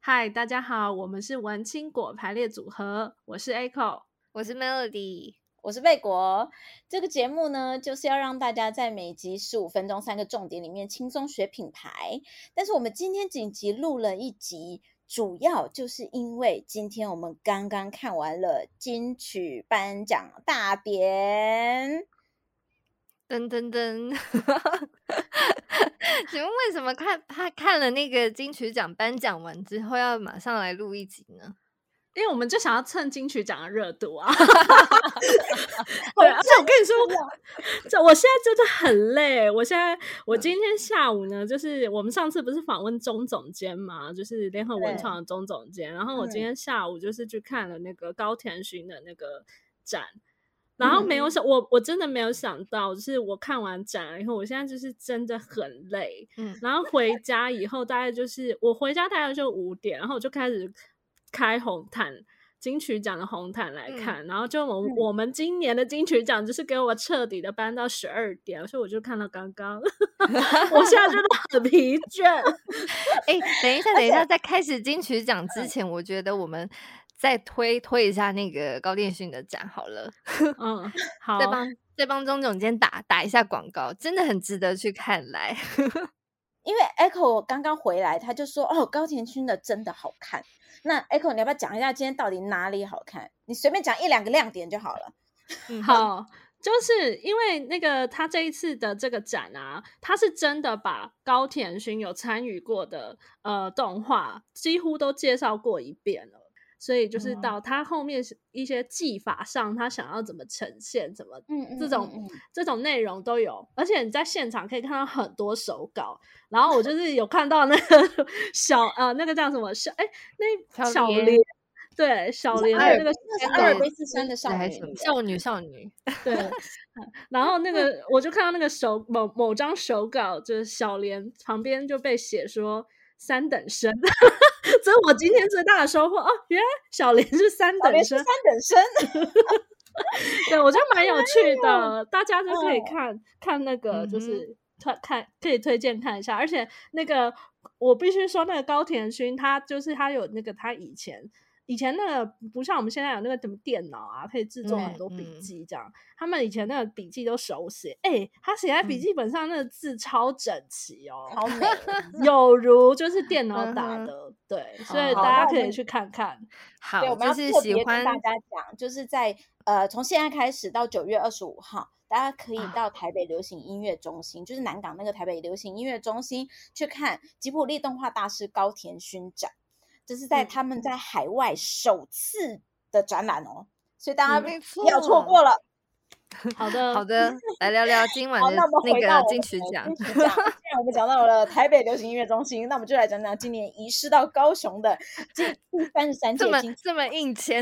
嗨，大家好，我们是文青果排列组合，我是 Echo， 我是 Melody， 我是贝果。这个节目呢，就是要让大家在每集15分钟3个重点里面轻松学品牌。但是我们今天紧急录了一集，主要就是因为今天我们刚刚看完了金曲颁奖大典。 噔噔噔请问为什么看了那个金曲奖颁奖完之后要马上来录一集呢？ 因为我们就想要蹭金曲奖的热度啊。对，而且我跟你说，我现在真的很累。我今天下午呢，就是我们上次不是访问钟总监嘛，就是联合文创的钟总监，然后我今天下午就是去看了那个高田勋的那个展。然后没有想，我真的没有想到，就是我看完展以后，我现在就是真的很累。然后回家以后，大概就是我回家大概就5点，然后我就开始开红毯，金曲奖的红毯来看。然后就我们今年的金曲奖就是给我彻底的搬到12点，所以我就看到刚刚，我现在真的很疲倦。 等一下，在开始金曲奖之前，我觉得我们再推一下那个高田勋的展好了。 好， 再帮钟总监打一下广告，真的很值得去看来。 因为 Echo 刚刚回来，他就说高田勋的真的好看。那 Echo 你要不要讲一下今天到底哪里好看？你随便讲1-2个亮点就好了。 好，就是因为那个他这一次的这个展啊，他是真的把高田勋有参与过的动画几乎都介绍过一遍了。所以就是到他后面一些技法上，他想要怎么呈现，怎么这种内容都有，而且你在现场可以看到很多手稿。然后我就是有看到那个那个叫什么小莲，对，小莲的那个阿尔卑斯山的少女， 对。然后那个我就看到那个某张手稿，就是小莲旁边就被写说3等生。这是我今天最大的收获原来小莲是3等生。对，我觉得蛮有趣的，大家就可以看那个，就是可以推荐看一下。而且那个我必须说，那个高田勋他有那个他以前那个不像我们现在有那个什么电脑啊，可以制作很多笔记这样。他们以前那个笔记都手写，他写在笔记本上那个字超整齐好美， 有如就是电脑打的。对，所以大家可以去看看。 好， 我们要特别跟大家讲，就是在从现在开始到9月25号，大家可以到台北流行音乐中心，就是南港那个台北流行音乐中心去看吉卜力动画大师高田勋展。这是在他们在海外首次的展览所以大家不要错过了。 好的， 来聊聊今晚的那个金曲奖。 既然我们讲到了台北流行音乐中心，那我们就来讲讲今年移师到高雄的第33届这么硬签。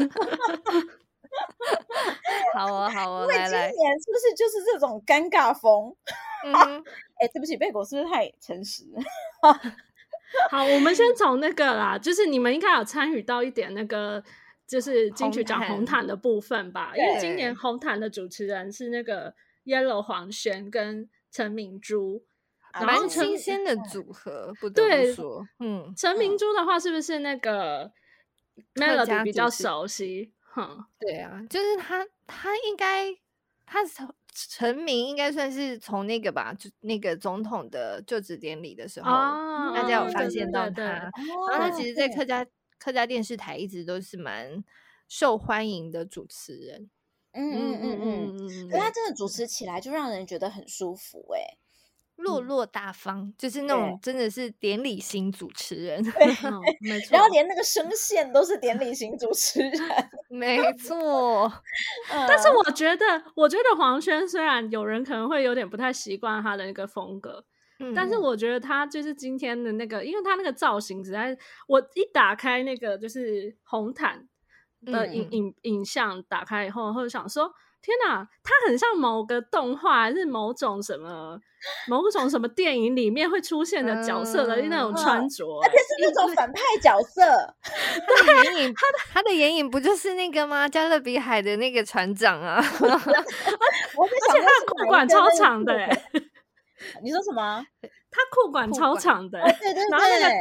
好哦， 因为今年是不是就是这种尴尬风？对不起，贝果是不是太诚实？ 好，我们先从那个啦，就是你们应该有参与到一点那个就是金曲奖红毯的部分吧，因为今年红毯的主持人是那个 Yellow 黄轩跟陈明珠， 蛮新鲜的组合，不得不说。 陈明珠的话是不是那个 Melody 比较熟悉？ 对啊，就是他应该成名应该算是从那个吧，就那个总统的就职典礼的时候，大家有发现到他。然后他其实在客家电视台一直都是蛮受欢迎的主持人。 可是他真的主持起来就让人觉得很舒服落落大方，就是那种真的是典礼型主持人。 没错。 然后连那个声线都是典礼型主持人。 没错。 但是我觉得黄轩虽然有人可能会有点不太习惯他的那个风格，但是我觉得他就是今天的那个，因为他那个造型实在，我一打开那个就是红毯的影像打开以后，会想说天哪，他很像某个动画还是某种什么电影里面会出现的角色的那种穿着， 而且是那种反派角色。 他的眼影不就是那个吗？加勒比海的那个船长啊。 而且他的裤管超长的你说什么？ 他裤管超长的对， 然后那个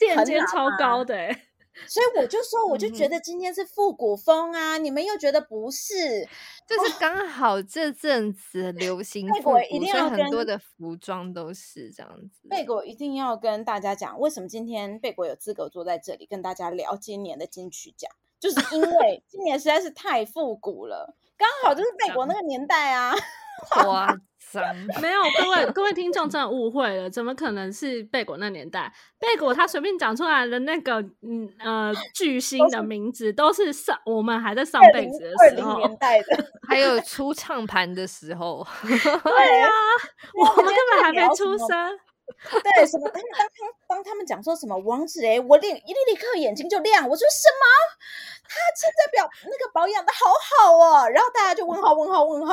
垫肩超高的所以我就说，我就觉得今天是复古风啊，你们又觉得不是， 就是刚好这阵子流行复古，所以很多的服装都是这样子。 贝果一定要跟大家讲，为什么今天贝果有资格坐在这里跟大家聊今年的金曲奖，就是因为今年实在是太复古了，刚好就是贝果那个年代啊。 夸张， 没有，各位听众真的误会了，怎么可能是贝果那年代？贝果他随便讲出来的那个巨星的名字都是我们还在上辈子的时候， 年代的， 还有出唱盘的时候。 对啊，我们根本还没出生。 对，什么当他们讲说什么王子我立刻眼睛就亮，我说什么？他现在那个保养的好好哦，然后大家就问号。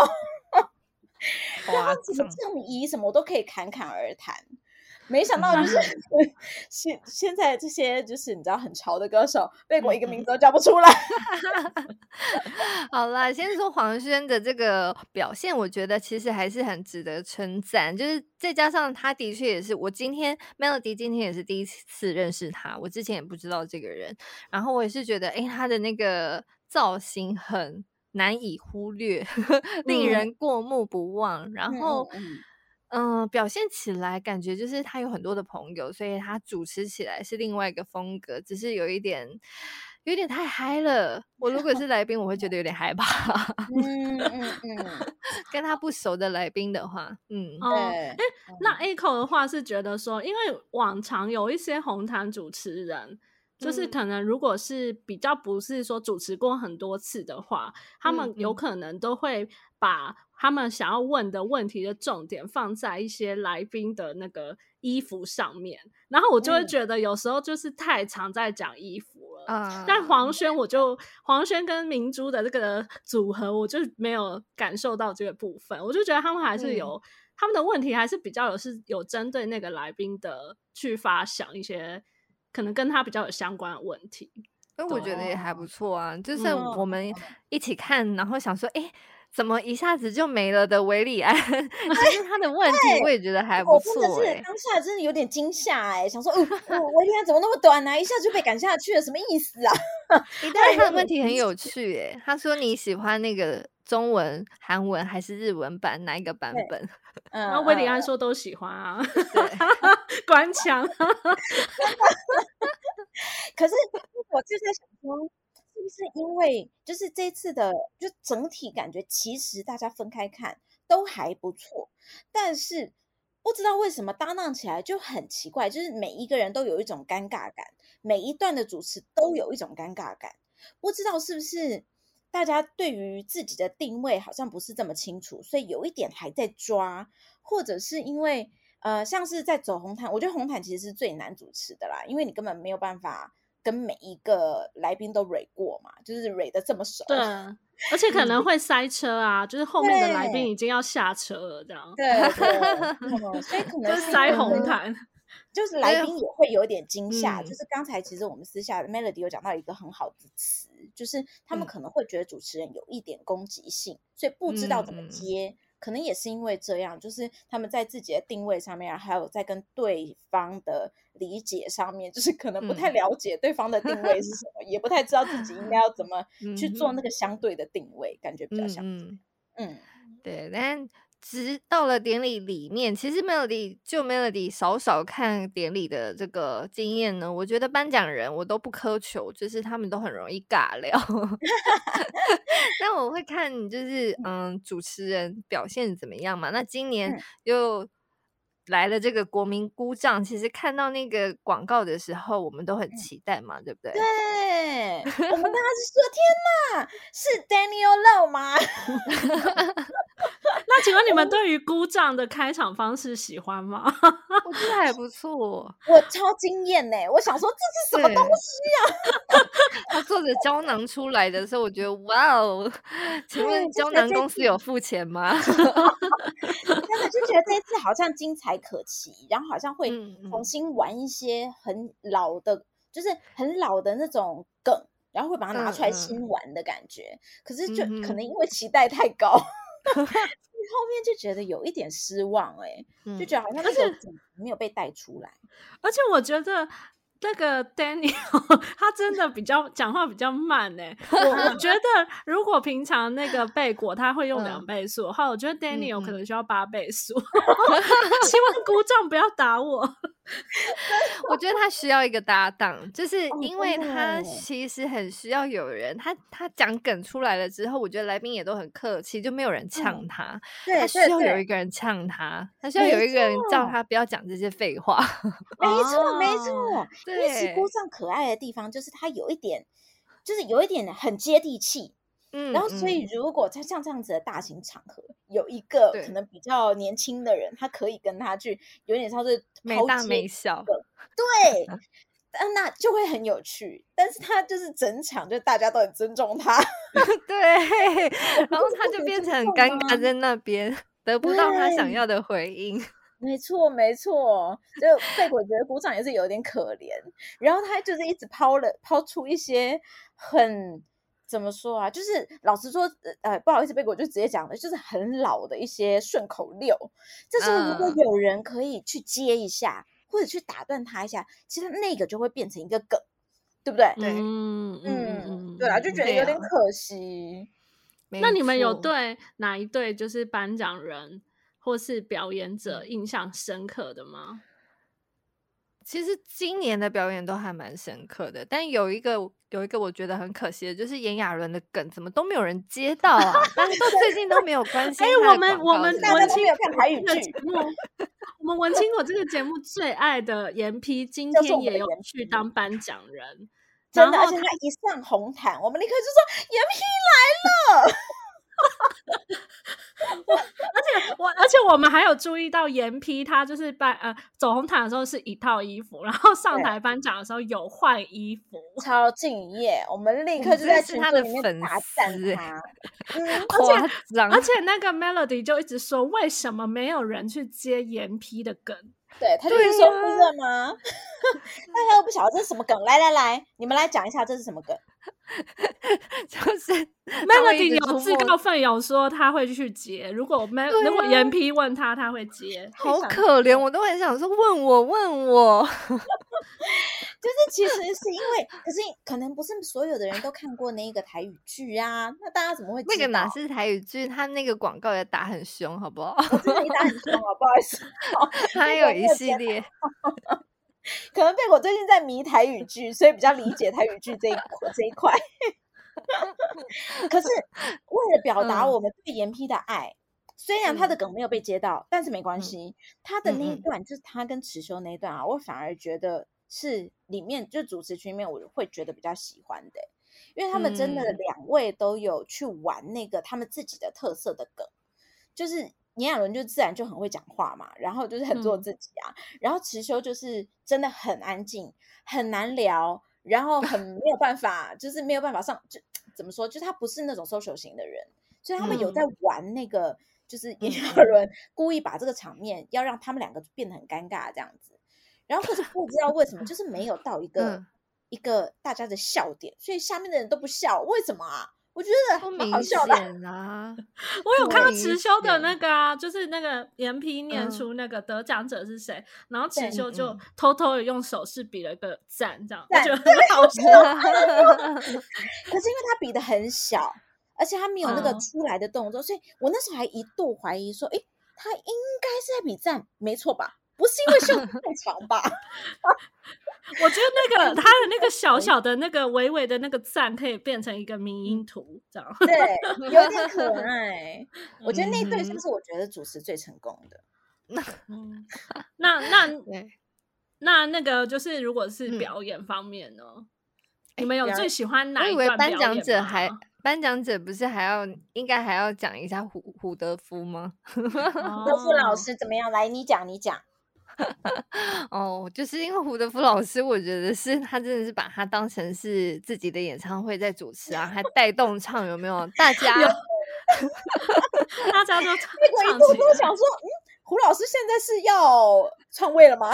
然后什么正仪什么我都可以侃侃而谈，没想到就是现在这些就是你知道很潮的歌手，贝果一个名字都叫不出来。 好啦，先说黄轩的这个表现，我觉得其实还是很值得称赞，就是再加上他的确也是我Melody 今天也是第一次认识他，我之前也不知道这个人，然后我也是觉得他的那个造型很难以忽略，令人过目不忘，然后表现起来感觉就是他有很多的朋友，所以他主持起来是另外一个风格，只是有一点太嗨了，我如果是来宾我会觉得有点害怕。跟他不熟的来宾的话对。 那 Echo 的话是觉得说，因为往常有一些红毯主持人就是可能如果是比较不是说主持过很多次的话，他们有可能都会把他们想要问的问题的重点放在一些来宾的那个衣服上面，然后我就会觉得有时候就是太常在讲衣服了。但黄轩跟明珠的这个组合我就没有感受到这个部分，我就觉得他们还是有他们的问题还是比较有针对那个来宾的去发想一些可能跟他比较有相关的问题。 我觉得也还不错啊，就是我们一起看然后想说怎么一下子就没了的韦礼安其实他的问题我也觉得还不错我真的是当下真的有点惊吓想说韦礼安怎么那么短啊，一下就被赶下去了，什么意思啊？ 但是他的问题很有趣他说你喜欢那个中文、韩文还是日文版哪一个版本？ 然后韦礼安说都喜欢啊，官腔。 可是我就在想说，是不是因为就是这次的就整体感觉其实大家分开看都还不错，但是不知道为什么搭档起来就很奇怪，就是每一个人都有一种尴尬感，每一段的主持都有一种尴尬感，不知道是不是大家对于自己的定位好像不是这么清楚，所以有一点还在抓，或者是因为像是在走红毯，我觉得红毯其实是最难主持的啦，因为你根本没有办法跟每一个来宾都蕊过嘛，就是蕊的这么熟。 对，而且可能会塞车啊，就是后面的来宾已经要下车了，这样。 对，所以可能是塞红毯。 就是来宾也会有点惊吓，就是刚才其实我们私下的 Melody 有讲到一个很好的词，就是他们可能会觉得主持人有一点攻击性，所以不知道怎么接，可能也是因为这样，就是他们在自己的定位上面，还有在跟对方的理解上面，就是可能不太了解对方的定位是什么，也不太知道自己应该要怎么去做那个相对的定位，感觉比较像对，但到了典礼里面，其实 Melody 少看典礼的这个经验呢，我觉得颁奖人我都不苛求，就是他们都很容易尬聊但我会看就是主持人表现怎么样嘛，那今年又来了这个国民姑丈，其实看到那个广告的时候我们都很期待嘛，对不对？ 对，我们当时说天哪，是 Daniel Lau 吗？ 那请问你们对于姑丈的开场方式喜欢吗？ 我觉得还不错， 我超惊艳我想说这是什么东西啊？ 他坐着胶囊出来的时候，我觉得哇哦！请问胶囊公司有付钱吗？ 真的就觉得这一次好像精彩可期，然后好像会重新玩一些很老的，就是很老的那种梗，然后会把它拿出来新玩的感觉。可是就可能因为期待太高。后面就觉得有一点失望就觉得好像那个没有被带出来。 而且我觉得那个 Daniel 他真的讲话比较慢我觉得如果平常那个贝果他会用2倍速的话，我觉得 Daniel 可能需要8倍速。希望姑丈不要打我。 我觉得他需要一个搭档，就是因为他其实很需要有人，他讲梗出来了之后，我觉得来宾也都很客气，就没有人呛他。他需要有一个人呛他，他需要有一个人叫他不要讲这些废话。 没错没错，因为其实姑丈可爱的地方就是他有一点很接地气。然后所以如果在像这样子的大型场合有一个可能比较年轻的人，他可以跟他去有点像是没大没小， 对，那就会很有趣。但是他就是整场就大家都很尊重他。 对，然后他就变成很尴尬在那边得不到他想要的回应。 没错没错，就贝果觉得鼓掌也是有点可怜，然后他就是一直抛出一些很怎么说啊，就是老实说不好意思贝果就直接讲的就是很老的一些顺口溜。这时候如果有人可以去接一下或者去打断他一下，其实那个就会变成一个梗，对不对？ 对， 对啊，就觉得有点可惜。 那你们有对哪一对就是颁奖人或是表演者印象深刻的吗？ 其实今年的表演都还蛮深刻的，但有一个我觉得很可惜的，就是炎亚纶的梗怎么都没有人接到啊！大家都最近都没有关心他的广告。 我们文青有看台语剧， 我们文青我这个节目最爱的严批今天也有去当颁奖人， 真的，而且他一上红毯，我们立刻就说严批来了。 而且我们还有注意到严批他就是走红毯的时候是一套衣服，然后上台颁奖的时候有换衣服， 超敬业。我们立刻就在群组里面大赞他。 而且那个 Melody 就一直说为什么没有人去接严批的梗。 对，他就是说不热吗？大家都不晓得这是什么梗。来，你们来讲一下这是什么梗。 就是 Melody 有自告奋勇说他会去接，如果严批问他会接。 好可怜，我都很想说问我。 就是其实是因为可是可能不是所有的人都看过那个台语剧啊，那大家怎么会知道？ 那个哪是台语剧，他那个广告也打很凶好不好？ 我真的打很凶不好意思。 他有一系列可能贝果最近在迷台语剧，所以比较理解台语剧这一块。可是为了表达我们对严批的爱，虽然他的梗没有被接到，但是没关系。他的那一段就是他跟池修那一段啊，我反而觉得是里面就主持群里面我会觉得比较喜欢的，因为他们真的2位都有去玩那个他们自己的特色的梗，就是炎亚纶就自然就很会讲话嘛，然后就是很做自己啊，然后池修就是真的很安静，很难聊，然后很没有办法，就是没有办法上，就怎么说，就是他不是那种 social 型的人，所以他们有在玩那个，就是炎亚纶故意把这个场面要让他们2个变得很尴尬这样子，然后可是不知道为什么就是没有到一个大家的笑点，所以下面的人都不笑，为什么啊？我觉得蛮好笑的啊！ 我有看到池修的那个啊，就是那个严批念出那个得奖者是谁，然后池修就偷偷的用手势比了个赞，这样我觉得很好笑。 可是因为他比的很小，而且他没有那个出来的动作，所以我那时候还一度怀疑说，他应该是在比赞，没错吧？不是因为袖子太长吧？ 我觉得他的那个小小的那个微微的那个赞可以变成一个迷因图，这样对，有点可爱。我觉得那对就是我觉得主持最成功的。 那个就是如果是表演方面呢，你们有最喜欢哪一段表演吗？ 我以为颁奖者不是应该还要讲一下胡德夫吗？ 胡德夫老师怎么样？来，你讲。 就是因为胡德夫老师，我觉得他真的是把他当成是自己的演唱会在主持啊，还带动唱，有没有？大家就唱起来。我一度都想说，胡老师现在是要篡位了吗？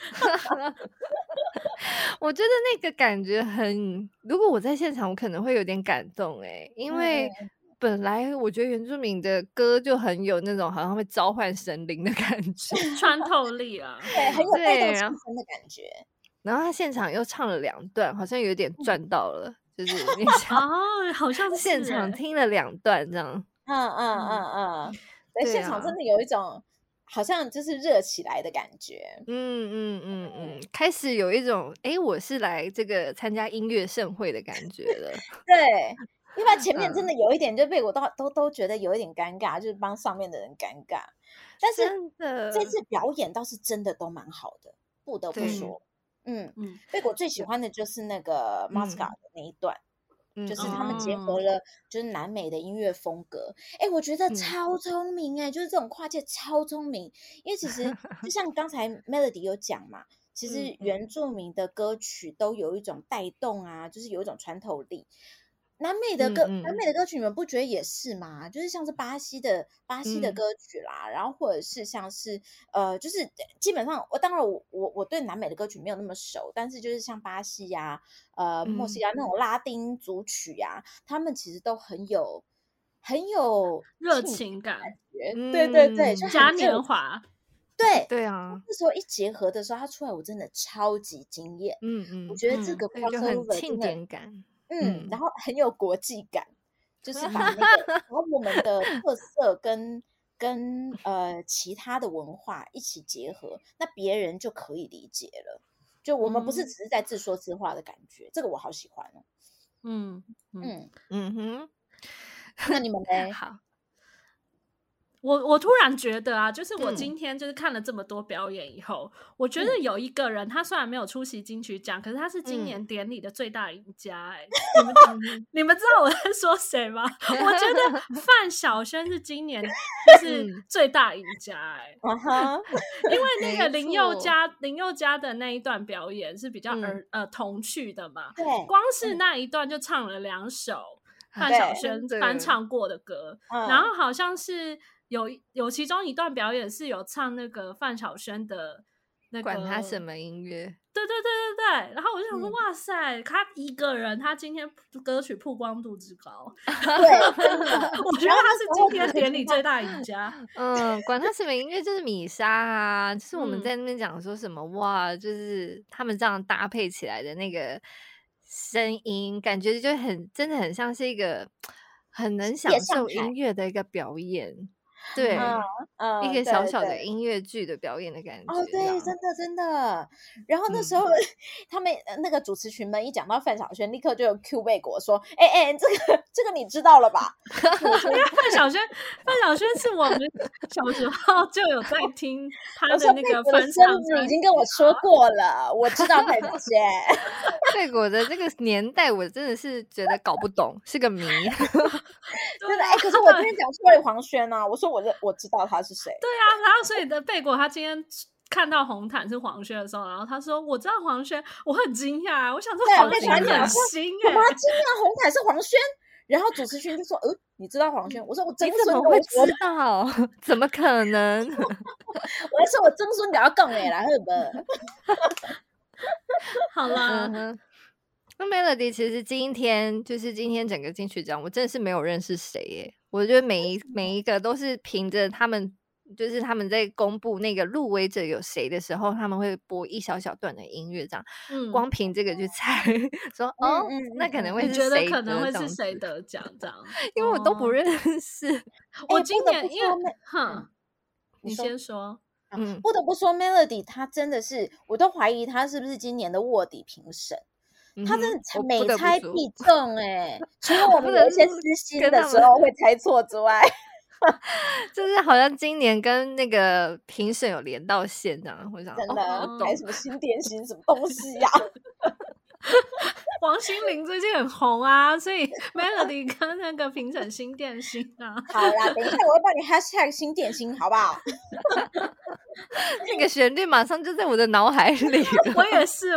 我觉得那个感觉如果我在现场，我可能会有点感动因为本来我觉得原住民的歌就很有那种好像会召唤神灵的感觉， 穿透力啊， 对，很有带动气氛的感觉。 然后他现场又唱了2段，好像有点赚到了，就是好像是现场听了2段这样。 对，现场真的有一种好像就是热起来的感觉。 开始有一种我是来这个参加音乐盛会的感觉了。 对，因为前面真的有一点就被我都觉得有一点尴尬，就是帮上面的人尴尬。但是这次表演倒是真的都蛮好的，不得不说。贝果最喜欢的就是那个 Masca 的那一段，就是他们结合了就是南美的音乐风格。我觉得超聪明就是这种跨界超聪明。因为其实就像刚才 Melody 有讲嘛，其实原住民的歌曲都有一种带动啊，就是有一种穿透力。南美的歌曲你们不觉得也是吗？就是像是巴西的歌曲啦，然后或者是像是就是基本上当然我对南美的歌曲没有那么熟，但是就是像巴西呀墨西哥那种拉丁组曲啊，他们其实都很有热情感觉。对，就嘉年华。 对啊， 那时候一结合的时候，它出来我真的超级惊艳。我觉得这个就很庆典感。 然后很有国际感，就是把我们的特色跟其他的文化一起结合，那别人就可以理解了。就我们不是只是在自说自话的感觉，这个我好喜欢哦。那你们呢？ 好。我突然觉得啊，就是我今天就是看了这么多表演以后，我觉得有一个人他虽然没有出席金曲奖，可是他是今年典礼的最大赢家。你们知道我在说谁吗？我觉得范晓萱是今年就是最大赢家。因为那个林宥嘉的那一段表演是比较童趣的嘛，光是那一段就唱了2首范晓萱翻唱过的歌，然后好像是有其中一段表演是有唱那个范晓萱的那个管他什么音乐。 对，然后我就想说哇塞，他一个人他今天歌曲曝光度之高。我觉得他是今天典礼最大赢家。 管他什么音乐，就是米莎啊，就是我们在那边讲说什么哇，就是他们这样搭配起来的那个声音，感觉就真的很像是一个很能享受音乐的一个表演。对，一个小小的音乐剧的表演的感觉。 对，真的。然后那时候他们那个主持群们一讲到范晓萱，立刻就有 Q 贝果说：“这个你知道了吧？” 因为范晓萱是我们小时候就有在听他的那个翻唱， 已经跟我说过了，我知道范晓萱。 贝果的这个年代，我真的是觉得搞不懂，是个谜。 真的可是我今天讲出了黄轩啊，我说我知道他是谁。 对啊，然后所以的贝果他今天看到红毯是黄轩的时候，然后他说我知道黄轩，我很惊讶，我想说黄轩很新我妈惊讶红毯是黄轩，然后主持群就说你知道黄轩？我说我曾孙， 怎么会知道？怎么可能？ 我说我曾孙就要讲的啦，好不？ 好啦。 那 Melody 其实今天整个金曲奖，我真的是没有认识谁耶。我觉得每一个都是凭着他们，就是他们在公布那个入围者有谁的时候，他们会播一小小段的音乐，这样，光凭这个去猜，说那可能会是谁？ 觉得可能会是谁得奖这样？ 因为我都不认识。 我今年因为你先说。 不得不说 Melody 他真的是，我都怀疑他是不是今年的卧底评审。他真的每猜必中除了我们有一些私心的时候会猜错之外， 就是好像今年跟那个评审有连到线这样，我想真的还什么新点心什么东西呀？ 王心凌最近很红啊，所以 Melody 跟那个评审新点心啊。 好啦，等一下我会帮你 hashtag 新点心，好不好？ 那个旋律马上就在我的脑海里了。 我也是。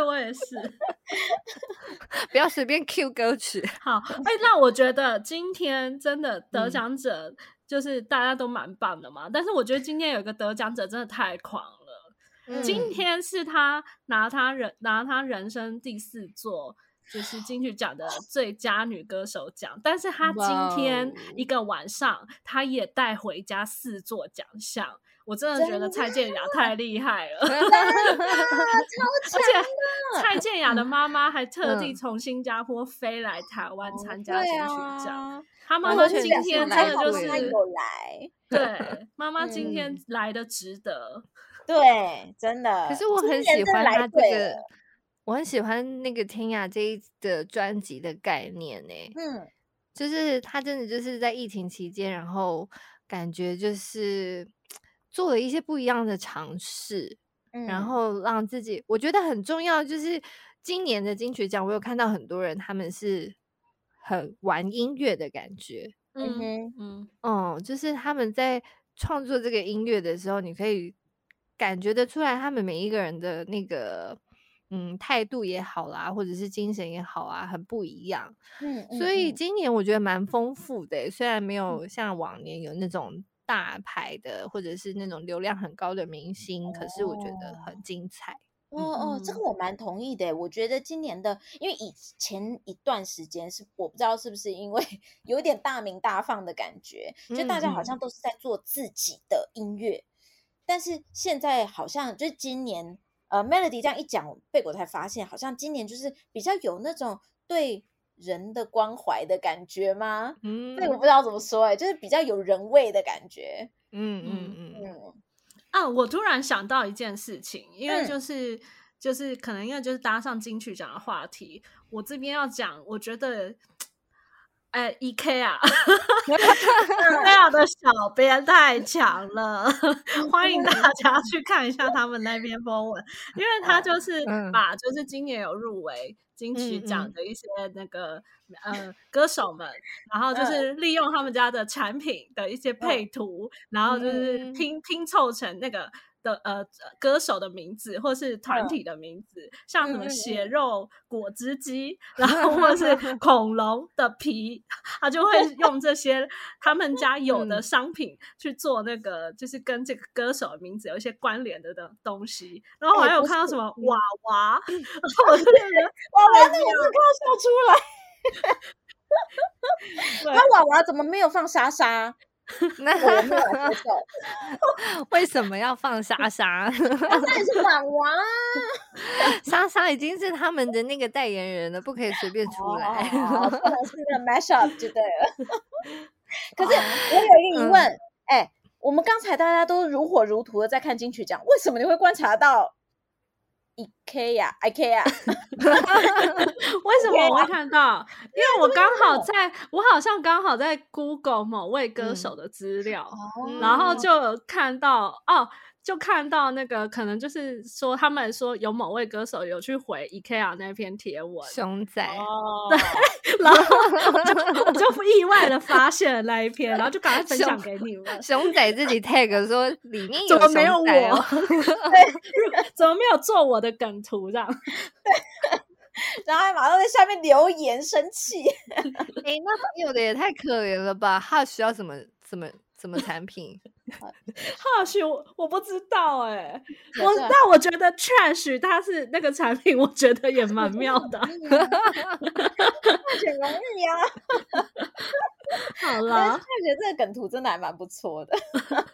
不要随便 cue 歌曲。 好，那我觉得今天真的得奖者就是大家都蛮棒的嘛，但是我觉得今天有一个得奖者真的太狂了。今天是他拿他人生第4座就是金曲奖的最佳女歌手奖，但是他今天一个晚上他也带回家4座奖项。 我真的觉得蔡健雅太厉害了， 超强的。 而且蔡健雅的妈妈还特地从新加坡飞来台湾参加金曲奖。他妈妈今天真的就是有来， 对，妈妈今天来的值得。 对，真的。 可是我很喜欢他这个，我很喜欢那个天雅这一的专辑的概念就是他真的就是在疫情期间，然后感觉就是做了一些不一样的尝试，然后让自己我觉得很重要。就是今年的金曲奖，我有看到很多人他们是很玩音乐的感觉，就是他们在创作这个音乐的时候，你可以感觉得出来他们每一个人的那个态度也好啦，或者是精神也好啊，很不一样。所以今年我觉得蛮丰富的，虽然没有像往年有那种大牌的或者是那种流量很高的明星，可是我觉得很精彩。 这个我蛮同意的。我觉得今年的，因为以前一段时间是我不知道是不是因为有点大鸣大放的感觉，就大家好像都是在做自己的音乐，但是现在好像就是今年Melody 这样一讲，贝果才发现好像今年就是比较有那种对人的关怀的感觉吗？对，我不知道怎么说就是比较有人味的感觉。 我突然想到一件事情，因为就是可能因为就是搭上金曲奖的话题，我这边要讲，我觉得IKEA 的小编太强了，欢迎大家去看一下他们那篇 po 文，因为他就是把就是今年有入围金曲奖的一些那个歌手们，然后就是利用他们家的产品的一些配图，然后就是拼凑成那个的歌手的名字或是团体的名字，像什么血肉果汁机，然后或是恐龙的皮，他就会用这些他们家有的商品去做那个就是跟这个歌手的名字有一些关联的东西。然后我还有看到什么娃娃，我就觉得娃娃那个是快要笑出来。那娃娃怎么没有放莎莎？我没有接受。 为什么要放莎莎？ 那也是娃娃。 莎莎已经是他们的那个代言人了，不可以随便出来。 不能是那个 mash up 就对了。可是我有一个疑问，我们刚才大家都如火如荼的在看金曲奖，为什么你会观察到IKEA 为什么我会看到？因为我好像刚好在 Google 某位歌手的资料，然后就看到那个可能就是说他们说有某位歌手有去回 IKEA 那篇贴文， 熊仔对，然后我就意外的发现了那一篇，然后就赶快分享给你们。 熊仔自己 tag 说里面怎么没有我？对，怎么没有做我的梗图这样？ 然后还马上在下面留言生气。 那有的也太可怜了吧？他需要什么产品 ？Hush 我不知道但我觉得 Trash 它是那个产品，我觉得也蛮妙的。 很容易啊。 好啦， 我觉得这个梗图真的还蛮不错的。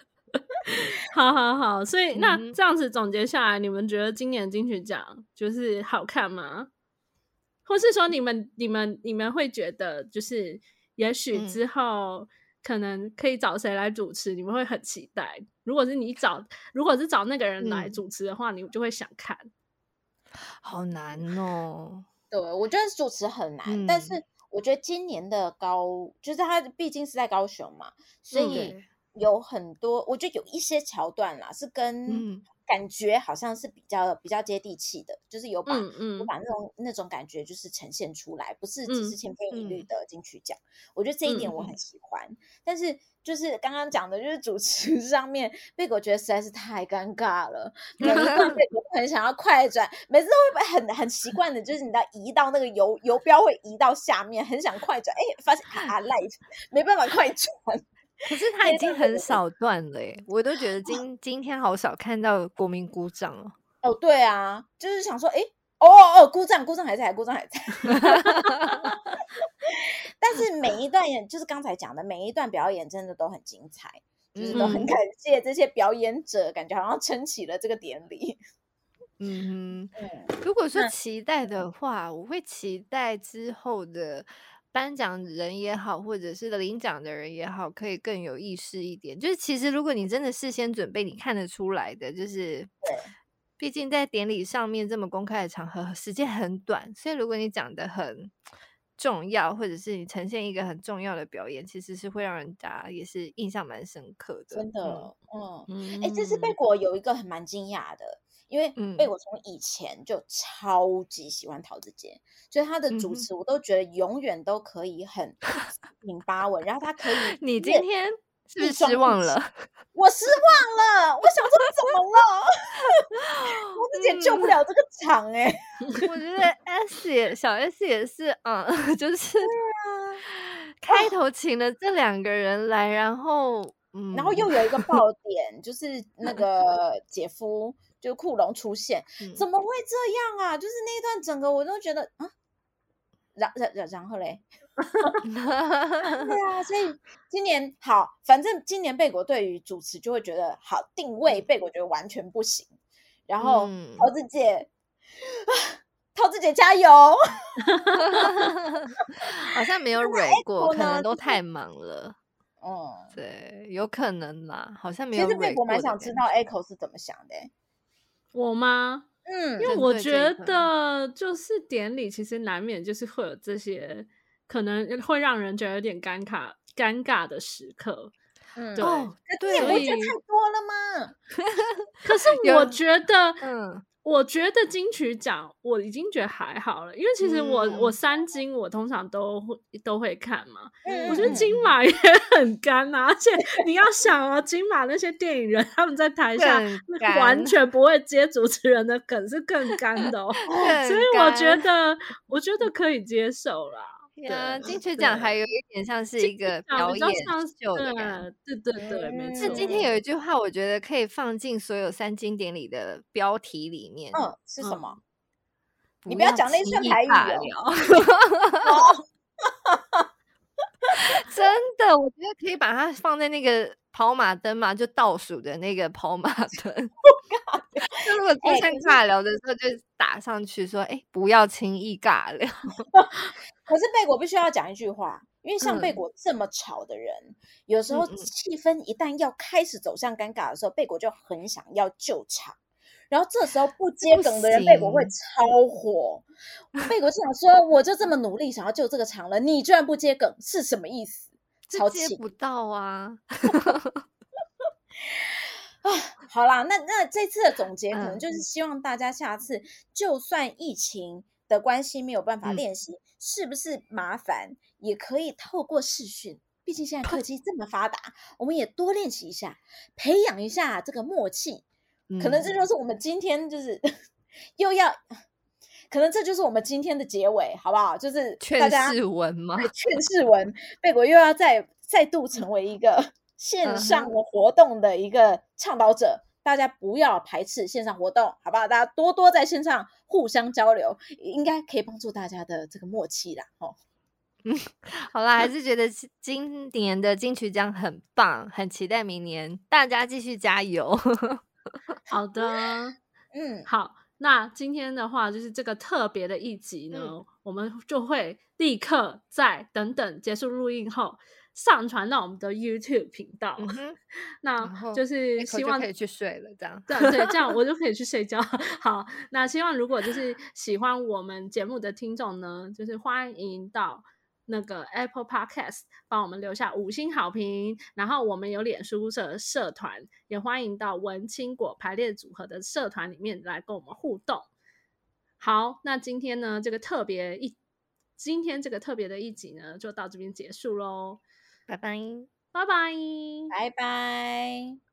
好，所以那这样子总结下来，你们觉得今年金曲奖就是好看吗？或是说你们会觉得就是也许之后可能可以找谁来主持，你们会很期待？如果是找那个人来主持的话，你就会想看。 好难哦。 对，我觉得主持很难，但是我觉得今年的就是他毕竟是在高雄嘛，所以有很多，我觉得有一些桥段啦是跟感觉好像是比较接地气的，就是有把那种感觉就是呈现出来，不是只是千篇一律的金曲奖。我觉得这一点我很喜欢，但是就是刚刚讲的，就是主持上面，贝果觉得实在是太尴尬了。每一段贝果很想要快转，每次都会很习惯的，就是你知道移到那个游标会移到下面，很想快转，发现light 没办法快转。 可是他已经很少段了我都觉得今天好少看到国民鼓掌哦。对啊，就是想说鼓掌还在。但是每一段就是刚才讲的每一段表演真的都很精彩， 就是都很感谢这些表演者，感觉好像撑起了这个典礼。 如果说期待的话，我会期待之后的颁奖人也好，或者是领奖的人也好，可以更有意识一点。就是其实如果你真的事先准备，你看得出来的，就是毕竟在典礼上面这么公开的场合，时间很短，所以如果你讲得很重要，或者是你呈现一个很重要的表演，其实是会让人家也是印象蛮深刻的。 真的，这次贝果有一个很蛮惊讶的，因为贝果从以前就超级喜欢陶子杰，所以他的主持我都觉得永远都可以很明八稳，然后他可以你今天是不是失望了？ 我失望了，我想说怎么了？陶子杰救不了这个场我觉得小 S 也是就是开头请了这2个人来，然后又有一个爆点，就是那个姐夫就库龙出现，怎么会这样啊？就是那一段整个我都觉得然后嘞，对啊，所以今年好，反正今年贝果对于主持就会觉得好定位，贝果觉得完全不行，然后陶子姐加油好像没有蕊过，可能都太忙了。对，有可能啦，好像没有蕊过。 其实贝果蛮想知道 Echo 是怎么想的。 我吗？因为我觉得就是典礼其实难免就是会有这些可能会让人觉得有点尴尬的时刻。 对，你不觉得太多了吗？ 可是我觉得金曲奖我已经觉得还好了，因为其实我3金我通常都会看嘛。我觉得金马也很干啊，而且你要想金马那些电影人他们在台下完全不会接主持人的梗，是更干的所以我觉得可以接受啦。 金曲奖还有一点像是一个表演秀的感觉。 对，没错。 今天有一句话我觉得可以放进所有3金典礼的标题里面。 是什么？你不要讲那串台语真的，我觉得可以把它放在那个跑马灯嘛，就倒数的那个跑马灯。就如果出现尬聊的时候，就打上去说：“不要轻易尬聊。” 可是贝果必须要讲一句话，因为像贝果这么吵的人，有时候气氛一旦要开始走向尴尬的时候，贝果就很想要救场。然后这时候不接梗的人，贝果会超火。贝果想说，我就这么努力想要救这个场了，你居然不接梗，是什么意思？超气， 接不到啊！ 好啦，那这次的总结可能就是希望大家下次就算疫情的关系没有办法练习，是不是麻烦也可以透过视讯？毕竟现在科技这么发达，我们也多练习一下，培养一下这个默契。可能这就是我们今天就是可能这就是我们今天的结尾，好不好？就是大家劝世文吗？ 劝世文，贝果又要再度成为一个线上的活动的一个倡导者。大家不要排斥线上活动，好不好？大家多多在线上互相交流，应该可以帮助大家的这个默契啦。 好啦，还是觉得今年的金曲奖很棒，很期待明年，大家继续加油。 好的，好，那今天的话就是这个特别的一集呢，我们就会立刻在等等结束录音后上传到我们的 YouTube 频道。那就是希望就可以去睡了，这样对，这样我就可以去睡觉。好，那希望如果就是喜欢我们节目的听众呢，就是欢迎到那个 Apple Podcast 帮我们留下5星好评，然后我们有脸书社团，也欢迎到文青果排列组合的社团里面来跟我们互动。好，那今天呢这个特别的一集呢就到这边结束咯。 拜拜。 拜拜。